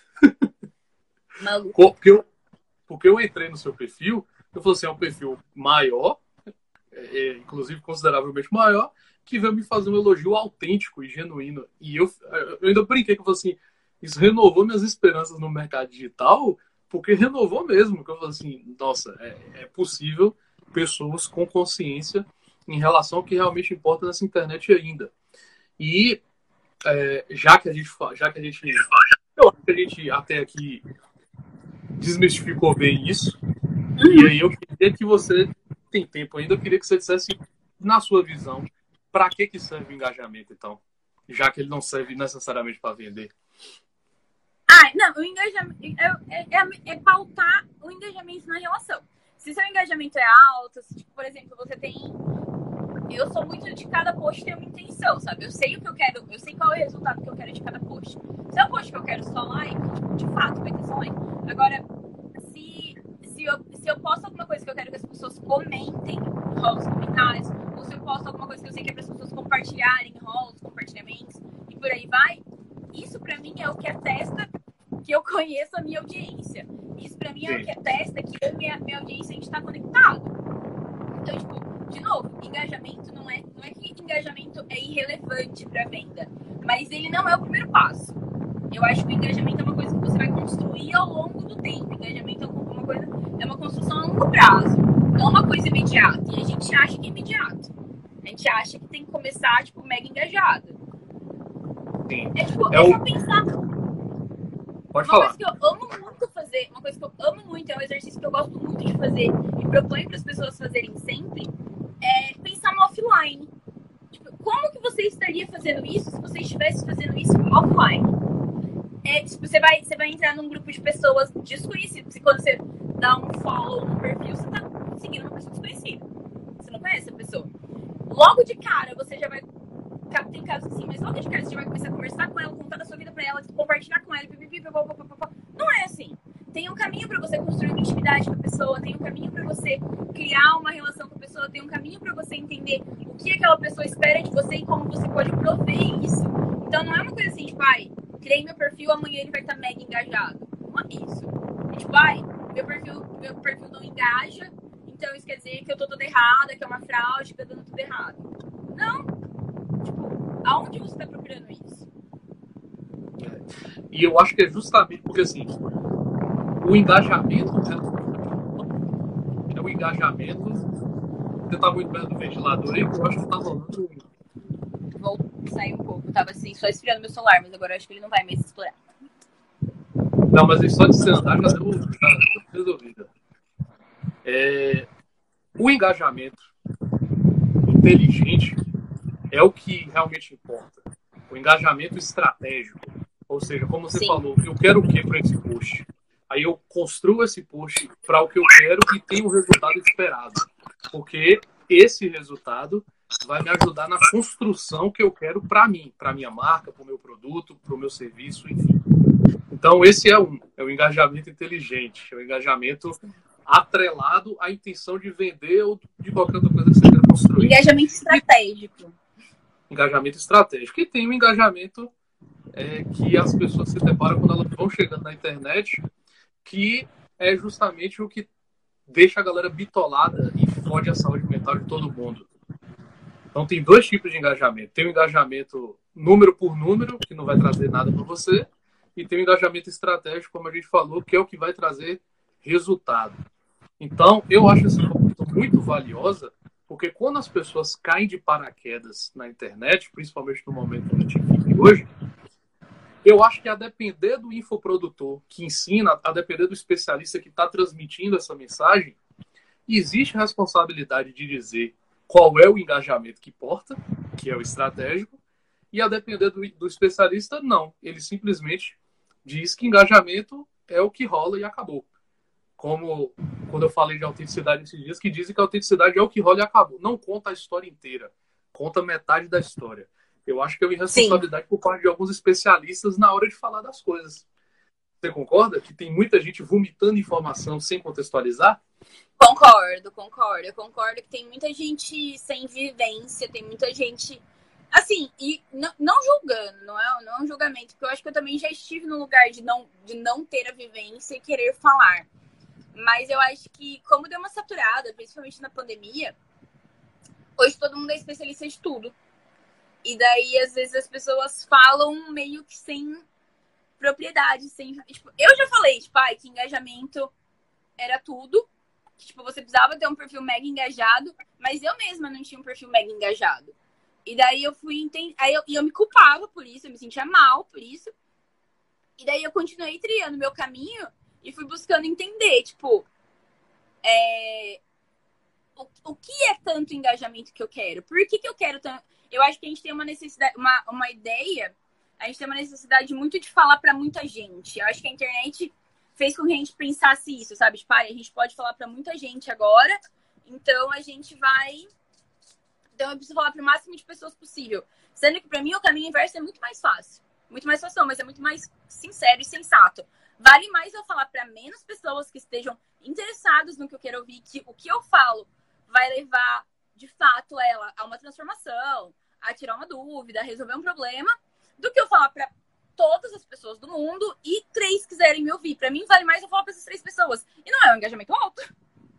Maluco. Porque eu, porque eu entrei no seu perfil, eu falei assim, é um perfil maior, é, é, inclusive consideravelmente maior, que veio me fazer um elogio autêntico e genuíno. E eu, eu ainda brinquei que eu falei assim, isso renovou minhas esperanças no mercado digital, porque renovou mesmo. Porque eu falei assim, nossa, é, é possível pessoas com consciência em relação ao que realmente importa nessa internet ainda. E é, já que a gente já que a gente eu acho que a gente até aqui desmistificou bem isso. Uhum. E aí eu queria que você, tem tempo ainda, eu queria que você dissesse, na sua visão, para que que serve o engajamento, então? Já que ele não serve necessariamente para vender. Ah, não, o engajamento é, é, é, é pautar o engajamento na relação. Se seu engajamento é alto, se, tipo, por exemplo, você tem... Eu sou muito de cada post ter uma intenção, sabe? Eu sei o que eu quero, eu sei qual é o resultado que eu quero de cada post. Se é um post que eu quero só like, tipo, de fato vai ter só like. Agora, se, se, eu, se eu posto alguma coisa que eu quero que as pessoas comentem em rolos, comentários, ou se eu posto alguma coisa que eu sei que é para as pessoas compartilharem em rolos, compartilhamentos, e por aí vai, isso pra mim é o que atesta que eu conheço a minha audiência. Isso pra mim é Sim. o que atesta que eu e minha, minha audiência a gente tá conectado. Então, tipo, de novo, engajamento não é, não é que engajamento é irrelevante para venda, mas ele não é o primeiro passo. Eu acho que o engajamento é uma coisa que você vai construir ao longo do tempo. Engajamento é uma coisa, é uma construção a longo prazo, não uma coisa imediata. E a gente acha que é imediato. A gente acha que tem que começar, tipo, mega engajada. Sim. É tipo, é é o... só pensar. Pode uma falar. coisa que eu amo muito fazer, uma coisa que eu amo muito, é um exercício que eu gosto muito de fazer e proponho para as pessoas fazerem sempre, é pensar no offline. Tipo, como que você estaria fazendo isso se você estivesse fazendo isso offline? É, tipo, você vai, você vai entrar num grupo de pessoas desconhecidas. Se quando você dá um follow no perfil, você tá seguindo uma pessoa desconhecida. Você não conhece a pessoa. Logo de cara, você já vai... Tem casos assim, mas logo de cara você já vai começar a conversar com ela, contar da sua vida pra ela, compartilhar com ela, pipipi, não é assim. tem um caminho para você construir uma intimidade com a pessoa, tem um caminho para você criar uma relação com a pessoa, tem um caminho para você entender o que aquela pessoa espera de você e como você pode prover isso. Então não é uma coisa assim, tipo, ai, criei meu perfil, amanhã ele vai estar mega engajado. Não é isso. É tipo, ai, meu perfil, meu perfil não engaja, então isso quer dizer que eu tô toda errada, que é uma fraude, que tá dando tudo errado. Não. Tipo, aonde você tá procurando isso? É. E eu acho que é justamente porque, assim, o engajamento é o engajamento. Você tá muito perto do ventilador aí, eu acho que tá rolando. Vou sair um pouco. Eu tava assim, só esfriando meu celular, mas agora eu acho que ele não vai mais explorar. Não, mas só de você andar já deu, já resolvida. É, o engajamento inteligente é o que realmente importa. O engajamento estratégico. Ou seja, como você Sim. falou, eu quero o que para esse post? Aí eu construo esse post para o que eu quero e tenho o resultado esperado. Porque esse resultado vai me ajudar na construção que eu quero para mim, para minha marca, para o meu produto, para o meu serviço, enfim. Então, esse é um, é o engajamento inteligente, é o engajamento atrelado à intenção de vender ou de qualquer outra coisa que você queira construir. Engajamento estratégico. Engajamento estratégico. E tem o engajamento é, que as pessoas se deparam quando elas vão chegando na internet, que é justamente o que deixa a galera bitolada e fode a saúde mental de todo mundo. Então, tem dois tipos de engajamento. Tem o engajamento número por número, que não vai trazer nada para você, e tem o engajamento estratégico, como a gente falou, que é o que vai trazer resultado. Então, eu acho essa informação muito valiosa, porque quando as pessoas caem de paraquedas na internet, principalmente no momento que a gente vive hoje, eu acho que a depender do infoprodutor que ensina, a depender do especialista que está transmitindo essa mensagem, existe a responsabilidade de dizer qual é o engajamento que importa, que é o estratégico, e a depender do, do especialista, não. Ele simplesmente diz que engajamento é o que rola e acabou. Como quando eu falei de autenticidade esses dias, que dizem que a autenticidade é o que rola e acabou. Não conta a história inteira, conta metade da história. Eu acho que é uma irresponsabilidade Sim. por parte de alguns especialistas na hora de falar das coisas. Você concorda que tem muita gente vomitando informação sem contextualizar? Concordo, concordo. Eu concordo que tem muita gente sem vivência, tem muita gente... Assim, e não, não julgando, não é, não é um julgamento, porque eu acho que eu também já estive no lugar de não, de não ter a vivência e querer falar. Mas eu acho que, como deu uma saturada, principalmente na pandemia, hoje todo mundo é especialista de tudo. E daí, às vezes, as pessoas falam meio que sem propriedade, sem... Tipo, eu já falei, tipo, ai, que engajamento era tudo. Que, tipo, você precisava ter um perfil mega engajado, mas eu mesma não tinha um perfil mega engajado. E daí eu fui entender... Aí eu, e eu me culpava por isso, eu me sentia mal por isso. E daí eu continuei trilhando meu caminho e fui buscando entender, tipo... É... O, o que é tanto engajamento que eu quero? Por que que eu quero tanto... Eu acho que a gente tem uma necessidade, uma, uma ideia, a gente tem uma necessidade muito de falar pra muita gente. Eu acho que a internet fez com que a gente pensasse isso, sabe? Tipo, ah, a gente pode falar pra muita gente agora, então a gente vai... Então eu preciso falar pro máximo de pessoas possível. Sendo que pra mim o caminho inverso é muito mais fácil. Muito mais fácil, mas é muito mais sincero e sensato. Vale mais eu falar pra menos pessoas que estejam interessadas no que eu quero ouvir, que o que eu falo vai levar... de fato, ela a uma transformação, a tirar uma dúvida, a resolver um problema, do que eu falar para todas as pessoas do mundo e três quiserem me ouvir. Para mim, vale mais eu falar para essas três pessoas. E não é um engajamento alto.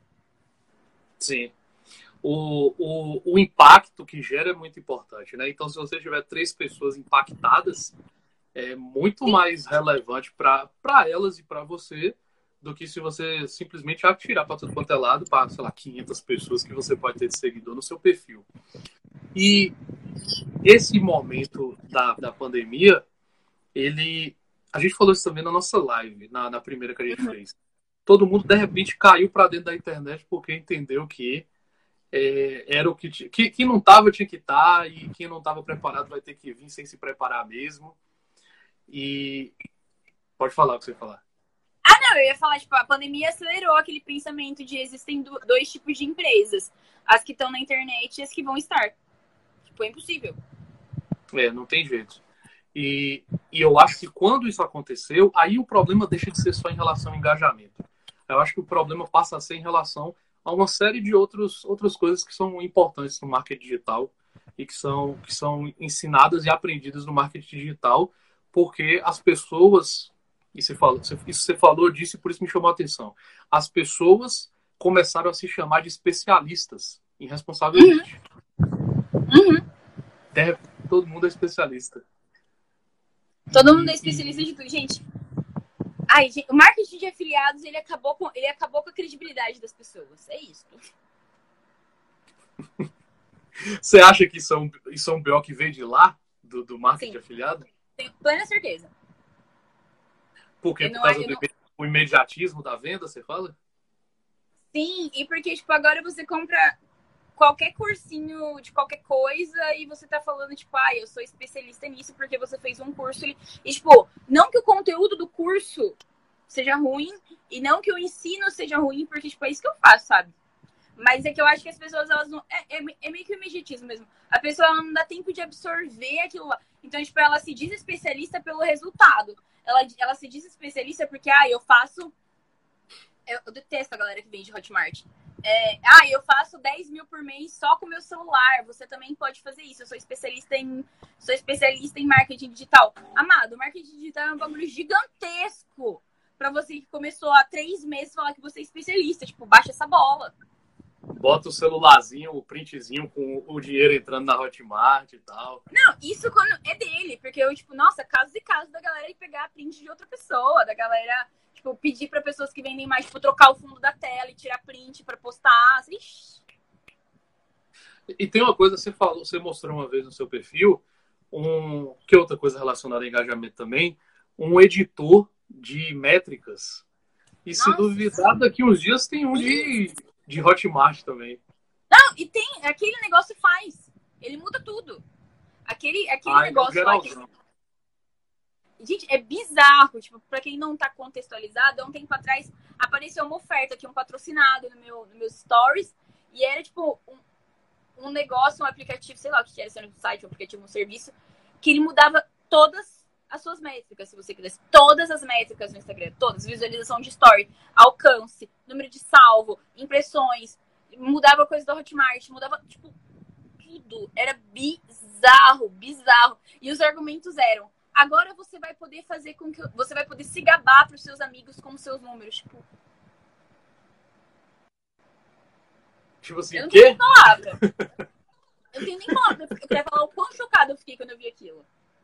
Sim. O, o, o impacto que gera é muito importante, né? Então, se você tiver três pessoas impactadas, é muito Sim. mais relevante para elas e para você do que se você simplesmente atirar para tudo quanto é lado para, sei lá, quinhentas pessoas que você pode ter de seguidor no seu perfil. E esse momento da, da pandemia, ele... A gente falou isso também na nossa live, na, na primeira que a gente uhum. fez. Todo mundo, de repente, caiu para dentro da internet porque entendeu que é, era o que, que... Quem não estava tinha que estar, e quem não estava preparado vai ter que vir sem se preparar mesmo. E... Pode falar o que você ia falar. Ah, não, eu ia falar, tipo, a pandemia acelerou aquele pensamento de existem dois tipos de empresas. As que estão na internet e as que vão estar. Tipo, é impossível. É, não tem jeito. E, e eu acho que quando isso aconteceu, aí o problema deixa de ser só em relação ao engajamento. Eu acho que o problema passa a ser em relação a uma série de outros, outras coisas que são importantes no marketing digital e que são, que são ensinadas e aprendidas no marketing digital, porque as pessoas, e você falou, isso você falou disso e por isso me chamou a atenção, as pessoas começaram a se chamar de especialistas em responsabilidade. Uhum. Uhum. Deve, todo mundo é especialista. Todo mundo é especialista de tudo, gente. Ai, gente, o marketing de afiliados, ele acabou com, ele acabou com a credibilidade das pessoas. É isso. Você acha que isso é um, isso é um B O que veio de lá, do, do marketing de afiliado? Tenho plena certeza. Porque por causa é, do não... imediatismo da venda, você fala? Sim, e porque, tipo, agora você compra qualquer cursinho de qualquer coisa e você tá falando, tipo, ah, eu sou especialista nisso porque você fez um curso. E, e, tipo, não que o conteúdo do curso seja ruim e não que o ensino seja ruim, porque, tipo, é isso que eu faço, sabe? Mas é que eu acho que as pessoas, elas não... É, é, é meio que o imediatismo mesmo. A pessoa ela não dá tempo de absorver aquilo lá. Então, tipo, ela se diz especialista pelo resultado. Ela, ela se diz especialista porque, ah, eu faço... Eu, eu detesto a galera que vende Hotmart. É, ah, eu faço dez mil por mês só com o meu celular. Você também pode fazer isso. Eu sou especialista em, sou especialista em marketing digital. Amado, marketing digital é um bagulho gigantesco. Pra você que começou há três meses falar que você é especialista. Tipo, baixa essa bola. Bota o celularzinho, o printzinho com o dinheiro entrando na Hotmart e tal. Não, isso quando é dele. Porque eu, tipo, nossa, casos e casos da galera ir pegar print de outra pessoa. Da galera... Tipo, pedir para pessoas que vendem mais, tipo, trocar o fundo da tela e tirar print para postar. Ixi. E tem uma coisa, você falou, você mostrou uma vez no seu perfil, um, que é outra coisa relacionada a engajamento também, um editor de métricas. E se Nossa, duvidar, sim. daqui uns dias tem um de, de Hotmart também. Não, e tem, aquele negócio faz. Ele muda tudo. Aquele, aquele Ai, negócio lá. Que... Gente, é bizarro. Tipo, pra quem não tá contextualizado, há um tempo atrás apareceu uma oferta aqui, um patrocinado no meu, no meus stories. E era, tipo, um, um negócio, um aplicativo, sei lá o que era, se era um site, um aplicativo, um serviço, que ele mudava todas as suas métricas, se você quisesse. Todas as métricas no Instagram. Todas. Visualização de story, alcance, número de salvo, impressões. Mudava coisa da Hotmart, mudava, tipo, tudo. Era bizarro, bizarro. E os argumentos eram: agora você vai poder fazer com que... Você vai poder se gabar pros seus amigos com seus números. Tipo... Tipo assim, eu não quê? tenho nem palavra. Eu não tenho nem palavra. Eu queria falar o quão chocada eu fiquei quando eu vi aquilo.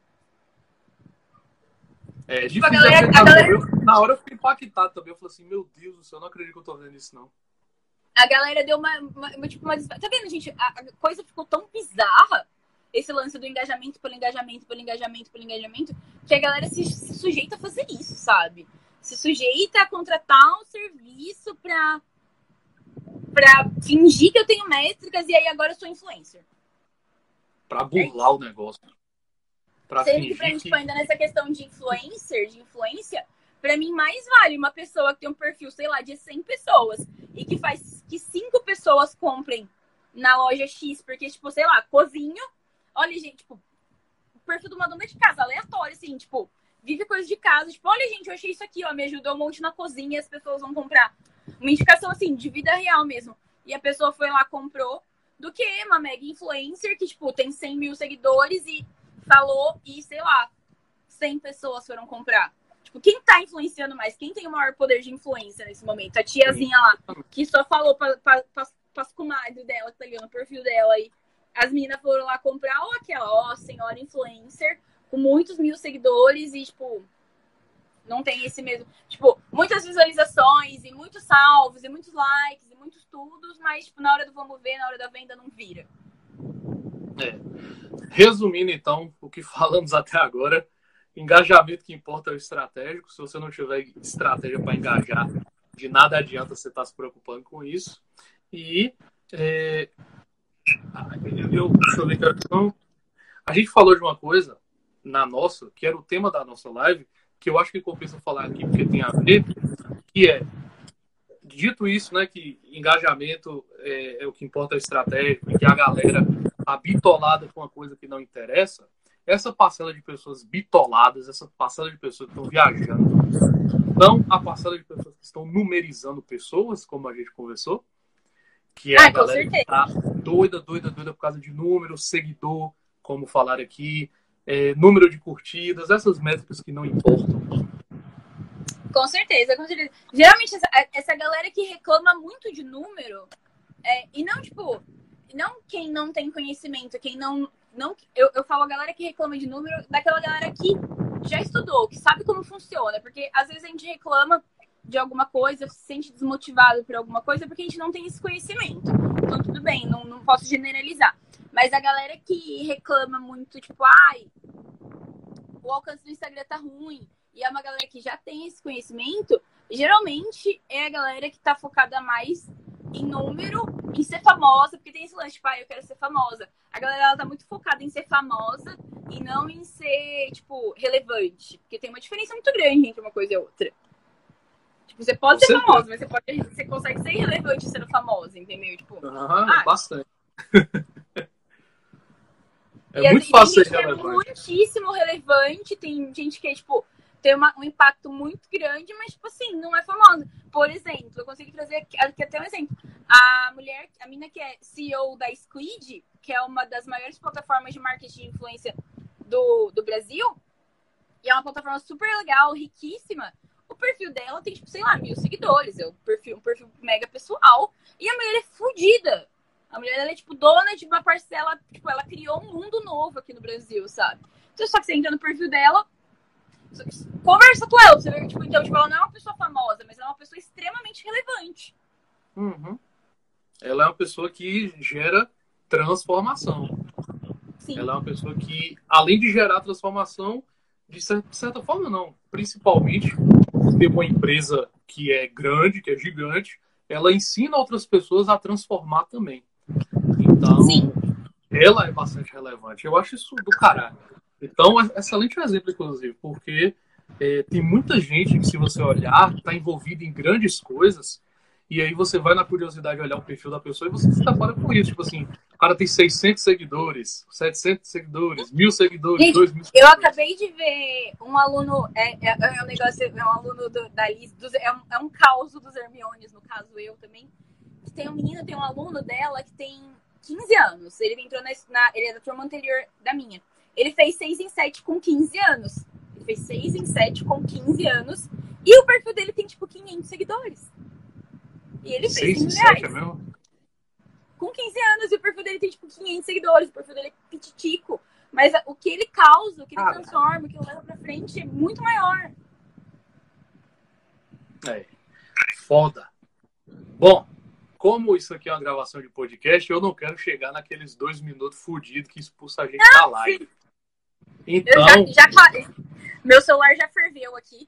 É, tipo, a galera, a galera... Eu, na hora eu fiquei impactado também. Eu falei assim, meu Deus do céu, eu não acredito que eu tô vendo isso, não. A galera deu uma... uma tipo, uma... Tá vendo, gente? A, a coisa ficou tão bizarra, esse lance do engajamento pelo engajamento, pelo engajamento, pelo engajamento, que a galera se, se sujeita a fazer isso, sabe? Se sujeita a contratar um serviço pra, pra fingir que eu tenho métricas e aí agora eu sou influencer. Pra burlar é o negócio. Pra Sendo que pra mim, tipo, ainda nessa questão de influencer, de influência, pra mim mais vale uma pessoa que tem um perfil, sei lá, de cem pessoas e que faz que cinco pessoas comprem na loja X, porque, tipo, sei lá, cozinho. Olha, gente, tipo, o perfil de uma dona de casa, aleatório, assim, tipo, vive coisa de casa. Tipo, olha, gente, eu achei isso aqui, ó, me ajudou um monte na cozinha e as pessoas vão comprar. Uma indicação, assim, de vida real mesmo. E a pessoa foi lá, comprou, do que uma mega influencer que, tipo, tem cem mil seguidores e falou e, sei lá, cem pessoas foram comprar. Tipo, quem tá influenciando mais? Quem tem o maior poder de influência nesse momento? A tiazinha lá, que só falou pra, pra, pra, pras comadres dela, que tá ligando o perfil dela aí. As meninas foram lá comprar, ou aquela, ó, senhora influencer, com muitos mil seguidores e, tipo, não tem esse mesmo... Tipo, muitas visualizações e muitos salvos e muitos likes e muitos tudos, mas, tipo, na hora do vamos ver, na hora da venda, não vira. É. Resumindo, então, o que falamos até agora, engajamento que importa é o estratégico. Se você não tiver estratégia para engajar, de nada adianta você estar se preocupando com isso. E... É... Eu, deixa eu ver que era questão. A gente falou de uma coisa na nossa, que era o tema da nossa live, que eu acho que compensa falar aqui porque tem a ver, que é, dito isso, né, que engajamento é, é o que importa, é estratégico, e que a galera tá bitolada com uma coisa que não interessa, essa parcela de pessoas bitoladas, essa parcela de pessoas que estão viajando, não a parcela de pessoas que estão numerizando pessoas, como a gente conversou, que é ah, a galera que tá doida, doida, doida por causa de número, seguidor, como falaram aqui, é, número de curtidas, essas métricas que não importam. Com certeza, com certeza. Geralmente, essa, essa galera que reclama muito de número, é, e não, tipo, não quem não tem conhecimento, quem não... não eu, eu falo a galera que reclama de número, daquela galera que já estudou, que sabe como funciona, porque às vezes a gente reclama de alguma coisa, se sente desmotivado por alguma coisa, porque a gente não tem esse conhecimento. Então, tudo bem, não, não posso generalizar. Mas a galera que reclama muito, tipo, ai, o alcance do Instagram tá ruim, e é uma galera que já tem esse conhecimento, geralmente é a galera que tá focada mais em número, em ser famosa, porque tem esse lance, tipo, ah, eu quero ser famosa. A galera, ela tá muito focada em ser famosa e não em ser, tipo, relevante. Porque tem uma diferença muito grande entre uma coisa e outra. Tipo, você pode Com ser certeza. famosa, mas você, pode, você consegue ser irrelevante sendo famosa, entendeu? Tipo, ah, ah, bastante. É e muito assim, fácil ser relevante. É muitíssimo relevante. Tem gente que, tipo, tem uma, um impacto muito grande, mas, tipo assim, não é famosa. Por exemplo, eu consigo trazer aqui, aqui até um exemplo. A mulher, a mina que é C E O da Squid, que é uma das maiores plataformas de marketing de influência do, do Brasil, e é uma plataforma super legal, riquíssima. O perfil dela tem, tipo, sei lá, mil seguidores. É um perfil, um perfil mega pessoal. E a mulher é fodida. A mulher, ela é, tipo, dona de uma parcela. Tipo, ela criou um mundo novo aqui no Brasil, sabe? Então, só que você entra no perfil dela, conversa com ela. Você vê, tipo, então, tipo, ela não é uma pessoa famosa, mas ela é uma pessoa extremamente relevante. Uhum. Ela é uma pessoa que gera transformação. Sim. Ela é uma pessoa que, além de gerar transformação, de certa forma, não. Principalmente, ter uma empresa que é grande, que é gigante, ela ensina outras pessoas a transformar também. Então, Sim. ela é bastante relevante. Eu acho isso do caralho. Então, é excelente exemplo, inclusive, porque é, tem muita gente que, se você olhar, está envolvida em grandes coisas, e aí você vai na curiosidade olhar o perfil da pessoa e você se depara com isso. Tipo assim, o cara tem seiscentos seguidores, setecentos seguidores, mil seguidores, gente, dois mil seguidores. Eu acabei de ver um aluno, é, é, é um negócio, é um aluno do, da Liz, dos, é, um, é um caos dos Hermiones, no caso eu também. Tem um menino, tem um aluno dela que tem quinze anos. Ele entrou na, na ele é da turma anterior da minha. Ele fez seis em sete com quinze anos. Ele fez seis em sete com quinze anos. E o perfil dele tem, tipo, quinhentos seguidores. E ele fez cem mil reais. É mesmo? Com quinze anos, e o perfil dele tem, tipo, quinhentos seguidores. O perfil dele é pititico. Mas o que ele causa, o que ele ah, transforma, o que ele leva pra frente é muito maior. É. Foda. Bom, como isso aqui é uma gravação de podcast, eu não quero chegar naqueles dois minutos fudidos que expulsa a gente não, da live. Então... Eu já, já, meu celular já ferveu aqui.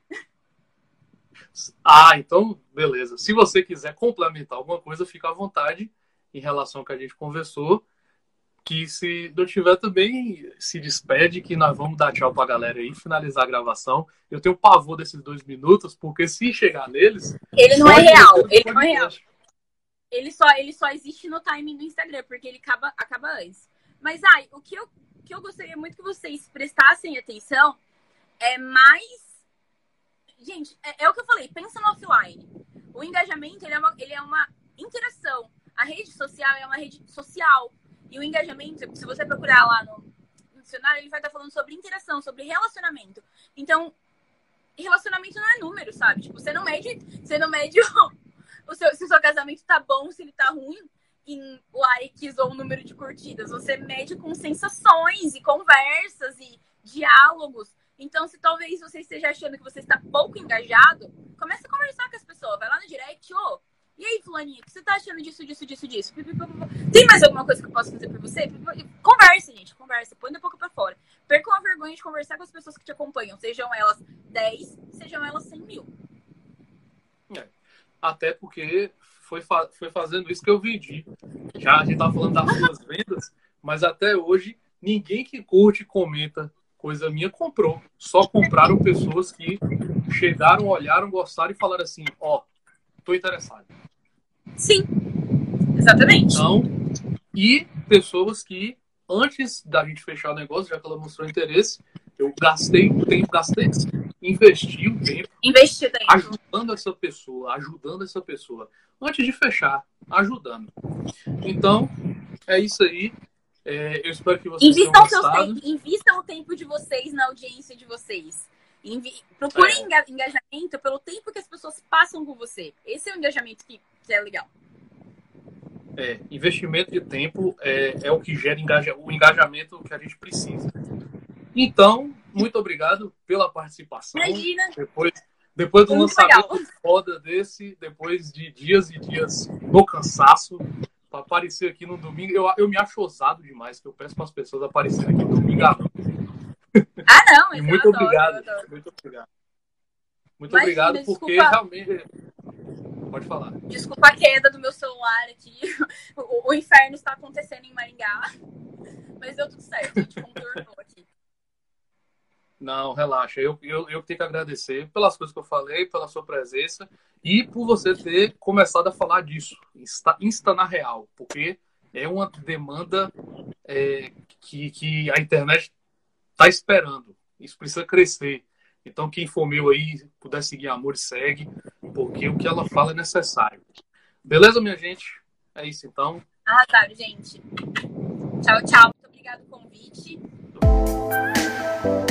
Ah, então, beleza. Se você quiser complementar alguma coisa, fica à vontade em relação ao que a gente conversou. Que se não tiver também, se despede, que nós vamos dar tchau pra galera aí, finalizar a gravação. Eu tenho pavor desses dois minutos, porque se chegar neles... Ele não é real, ele não é real. Ele só, ele só existe no timing do Instagram, porque ele acaba, acaba antes. Mas, ai, o que eu, que eu gostaria muito que vocês prestassem atenção é mais... Gente, é, é o que eu falei, pensa no offline. O engajamento, ele é, uma, ele é uma interação. A rede social é uma rede social. E o engajamento, se você procurar lá no, no dicionário, ele vai estar falando sobre interação, sobre relacionamento. Então, relacionamento não é número, sabe? Tipo, você não mede, você não mede o, o seu, se o seu casamento tá bom, se ele tá ruim, em likes ou número de curtidas. Você mede com sensações e conversas e diálogos. Então, se talvez você esteja achando que você está pouco engajado, comece a conversar com as pessoas. Vai lá no direct, ô, oh, e aí, fulaninha, o que você tá achando disso, disso, disso, disso? Tem mais alguma coisa que eu posso fazer por você? Conversa, gente, conversa. Põe da boca pra fora. Percam a vergonha de conversar com as pessoas que te acompanham. Sejam elas dez, sejam elas cem mil. É. Até porque foi, fa- foi fazendo isso que eu vendi. Já a gente tava falando das suas vendas, mas até hoje, ninguém que curte e comenta coisa minha comprou. Só compraram pessoas que chegaram, olharam, gostaram e falaram assim, ó, oh, tô interessado. Sim, exatamente. Então, e pessoas que antes da gente fechar o negócio, já que ela mostrou interesse, eu gastei o tempo, gastei, investi o tempo, Investiu tempo. ajudando essa pessoa, ajudando essa pessoa, antes de fechar, ajudando. Então, é isso aí. É, eu espero que vocês Invistam tenham seu gostado. tempo, invistam o tempo de vocês na audiência de vocês. Invi... Procurem É. enga- engajamento pelo tempo que as pessoas passam com você. Esse é o engajamento que, que é legal. É, investimento de tempo é, é o que gera engaja, o engajamento que a gente precisa. Então, muito obrigado pela participação. Imagina. Depois, depois do Muito lançamento legal. foda desse, depois de dias e dias no cansaço, para aparecer aqui no domingo, eu, eu me acho ousado demais, que eu peço para as pessoas aparecerem aqui no domingo à noite. Ah, não, mas E eu muito adoro, obrigado. eu adoro. Muito obrigado. Muito Imagina, obrigado, porque desculpa. realmente. Pode falar. Desculpa a queda do meu celular aqui. O, o inferno está acontecendo em Maringá. Mas deu tudo certo, a gente contornou aqui. Não, relaxa. Eu, eu, eu tenho que agradecer pelas coisas que eu falei, pela sua presença e por você ter começado a falar disso. Insta, Insta na real, porque é uma demanda é, que, que a internet está esperando. Isso precisa crescer. Então, quem for meu aí, puder seguir Amor, segue, porque o que ela fala é necessário. Beleza, minha gente? É isso, então. Ah, tá, gente. Tchau, tchau. Muito obrigada pelo convite.